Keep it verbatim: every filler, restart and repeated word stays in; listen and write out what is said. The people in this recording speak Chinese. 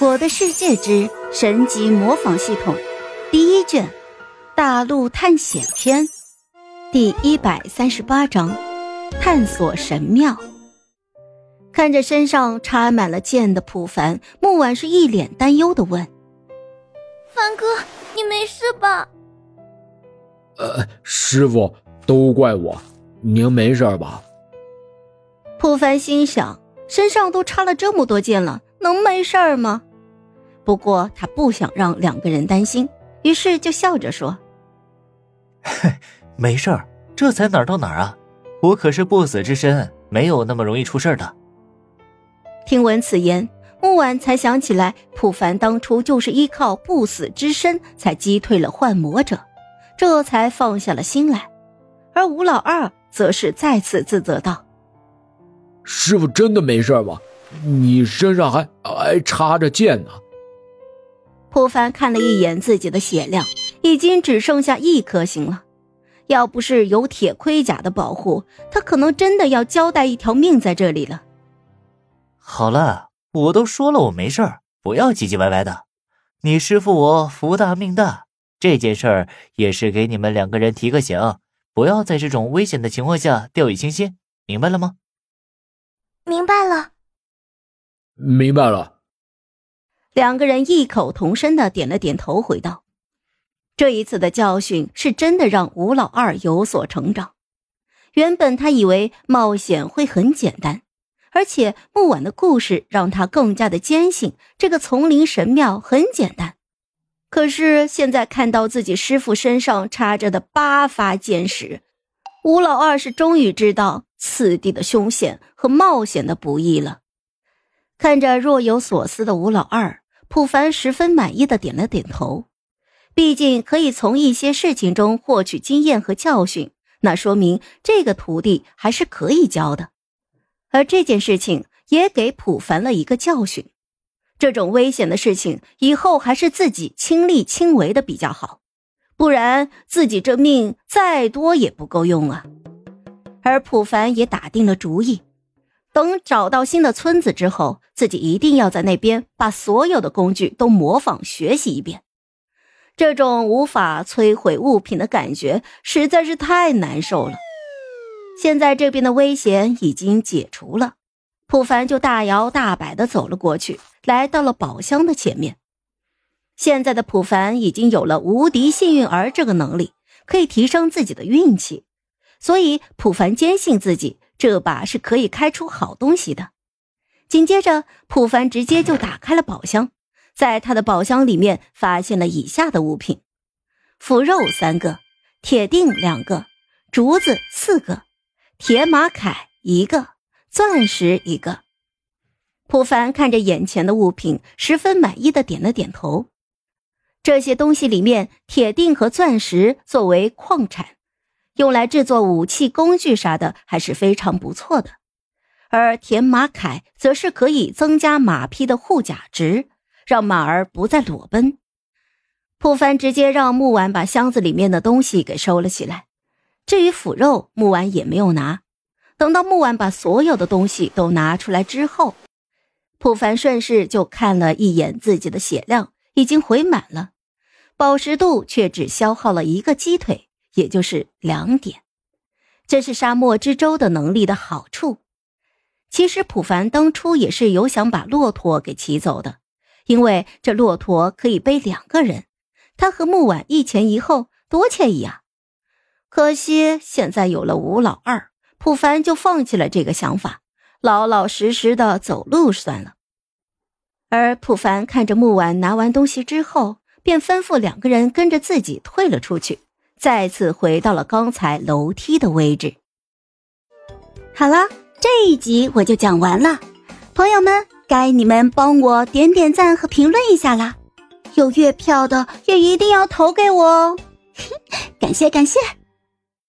我的世界之神级模仿系统第一卷大陆探险篇第一百三十八章探索神庙。看着身上插满了剑的普凡，木婉是一脸担忧地问： 凡哥，你没事吧？ 呃，师傅，都怪我，您没事吧？ 普凡心想，身上都插了这么多剑了，能没事吗？不过他不想让两个人担心，于是就笑着说： 嘿，没事儿，这才哪儿到哪儿啊，我可是不死之身，没有那么容易出事的。 听闻此言，木婉才想起来普凡当初就是依靠不死之身才击退了幻魔者，这才放下了心来。而吴老二则是再次自责道： 师傅真的没事吧？你身上还还插着剑呢。 普凡看了一眼自己的血量，已经只剩下一颗星了，要不是有铁盔甲的保护，他可能真的要交代一条命在这里了。 好了，我都说了我没事儿，不要唧唧歪歪的。你师父我福大命大，这件事儿也是给你们两个人提个醒，不要在这种危险的情况下掉以轻心，明白了吗？ 明白了。 明白了。 两个人异口同声地点了点头，回道：这一次的教训是真的让吴老二有所成长。原本他以为冒险会很简单，而且木婉的故事让他更加的坚信这个丛林神庙很简单。可是现在看到自己师父身上插着的八发剑时，吴老二是终于知道此地的凶险和冒险的不易了。看着若有所思的吴老二，普凡十分满意的点了点头。毕竟可以从一些事情中获取经验和教训，那说明这个徒弟还是可以教的。而这件事情也给普凡了一个教训，这种危险的事情以后还是自己亲力亲为的比较好，不然自己这命再多也不够用啊。而普凡也打定了主意，等找到新的村子之后，自己一定要在那边把所有的工具都模仿学习一遍。这种无法摧毁物品的感觉实在是太难受了。现在这边的危险已经解除了，普凡就大摇大摆地走了过去，来到了宝箱的前面。现在的普凡已经有了无敌幸运儿这个能力，可以提升自己的运气，所以普凡坚信自己这把是可以开出好东西的。紧接着普凡直接就打开了宝箱，在他的宝箱里面发现了以下的物品：腐肉三个，铁锭两个，竹子四个，铁马铠一个，钻石一个。普凡看着眼前的物品，十分满意的点了点头。这些东西里面，铁锭和钻石作为矿产，用来制作武器工具啥的还是非常不错的。而铁马铠则是可以增加马匹的护甲值，让马儿不再裸奔。普凡直接让木婉把箱子里面的东西给收了起来，至于腐肉，木婉也没有拿。等到木婉把所有的东西都拿出来之后，普凡顺势就看了一眼自己的血量，已经回满了，饱食度却只消耗了一个鸡腿，也就是两点。这是沙漠之舟的能力的好处。其实普凡当初也是有想把骆驼给骑走的，因为这骆驼可以背两个人，他和木婉一前一后，多惬意啊。可惜现在有了吴老二，普凡就放弃了这个想法，老老实实的走路算了。而普凡看着木婉拿完东西之后，便吩咐两个人跟着自己退了出去，再次回到了刚才楼梯的位置。好了，这一集我就讲完了，朋友们，该你们帮我点点赞和评论一下啦，有月票的也一定要投给我哦，感谢感谢。